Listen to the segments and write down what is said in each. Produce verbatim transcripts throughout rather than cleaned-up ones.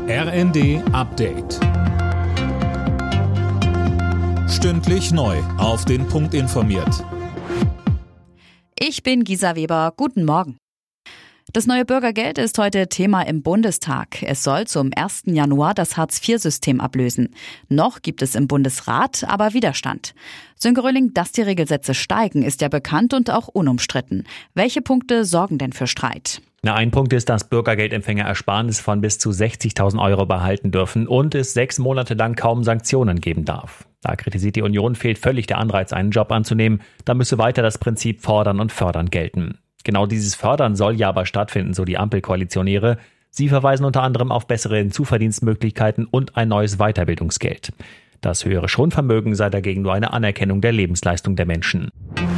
R N D Update. Stündlich neu auf den Punkt informiert. Ich bin Gisa Weber. Guten Morgen. Das neue Bürgergeld ist heute Thema im Bundestag. Es soll zum ersten Januar das Hartz vier System ablösen. Noch gibt es im Bundesrat aber Widerstand. Sönke Röhling, dass die Regelsätze steigen, ist ja bekannt und auch unumstritten. Welche Punkte sorgen denn für Streit? Na, ein Punkt ist, dass Bürgergeldempfänger Ersparnis von bis zu sechzigtausend Euro behalten dürfen und es sechs Monate lang kaum Sanktionen geben darf. Da kritisiert die Union, fehlt völlig der Anreiz, einen Job anzunehmen. Da müsse weiter das Prinzip Fordern und Fördern gelten. Genau dieses Fördern soll ja aber stattfinden, so die Ampelkoalitionäre. Sie verweisen unter anderem auf bessere Zuverdienstmöglichkeiten und ein neues Weiterbildungsgeld. Das höhere Schonvermögen sei dagegen nur eine Anerkennung der Lebensleistung der Menschen.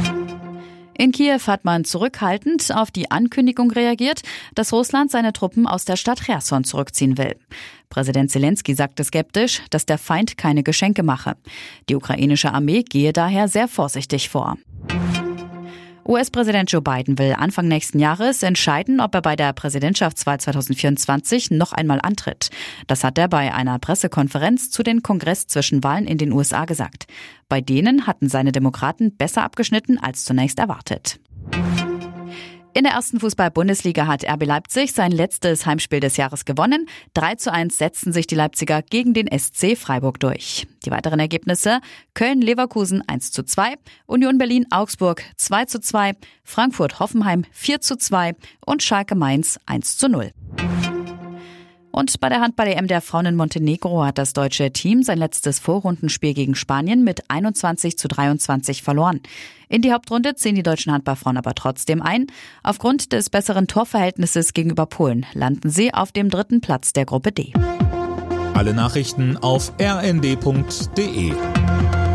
In Kiew hat man zurückhaltend auf die Ankündigung reagiert, dass Russland seine Truppen aus der Stadt Cherson zurückziehen will. Präsident Zelensky sagte skeptisch, dass der Feind keine Geschenke mache. Die ukrainische Armee gehe daher sehr vorsichtig vor. U S-Präsident Joe Biden will Anfang nächsten Jahres entscheiden, ob er bei der Präsidentschaftswahl zwanzig vierundzwanzig noch einmal antritt. Das hat er bei einer Pressekonferenz zu den Kongress-Zwischenwahlen in den U S A gesagt. Bei denen hatten seine Demokraten besser abgeschnitten als zunächst erwartet. In der ersten Fußball-Bundesliga hat R B Leipzig sein letztes Heimspiel des Jahres gewonnen. drei zu eins setzten sich die Leipziger gegen den S C Freiburg durch. Die weiteren Ergebnisse: Köln-Leverkusen eins zu zwei, Union Berlin-Augsburg zwei zu zwei, Frankfurt-Hoffenheim vier zu zwei und Schalke-Mainz eins zu null. Und bei der Handball-E M der Frauen in Montenegro hat das deutsche Team sein letztes Vorrundenspiel gegen Spanien mit einundzwanzig zu dreiundzwanzig verloren. In die Hauptrunde ziehen die deutschen Handballfrauen aber trotzdem ein. Aufgrund des besseren Torverhältnisses gegenüber Polen landen sie auf dem dritten Platz der Gruppe D. Alle Nachrichten auf r n d punkt d e.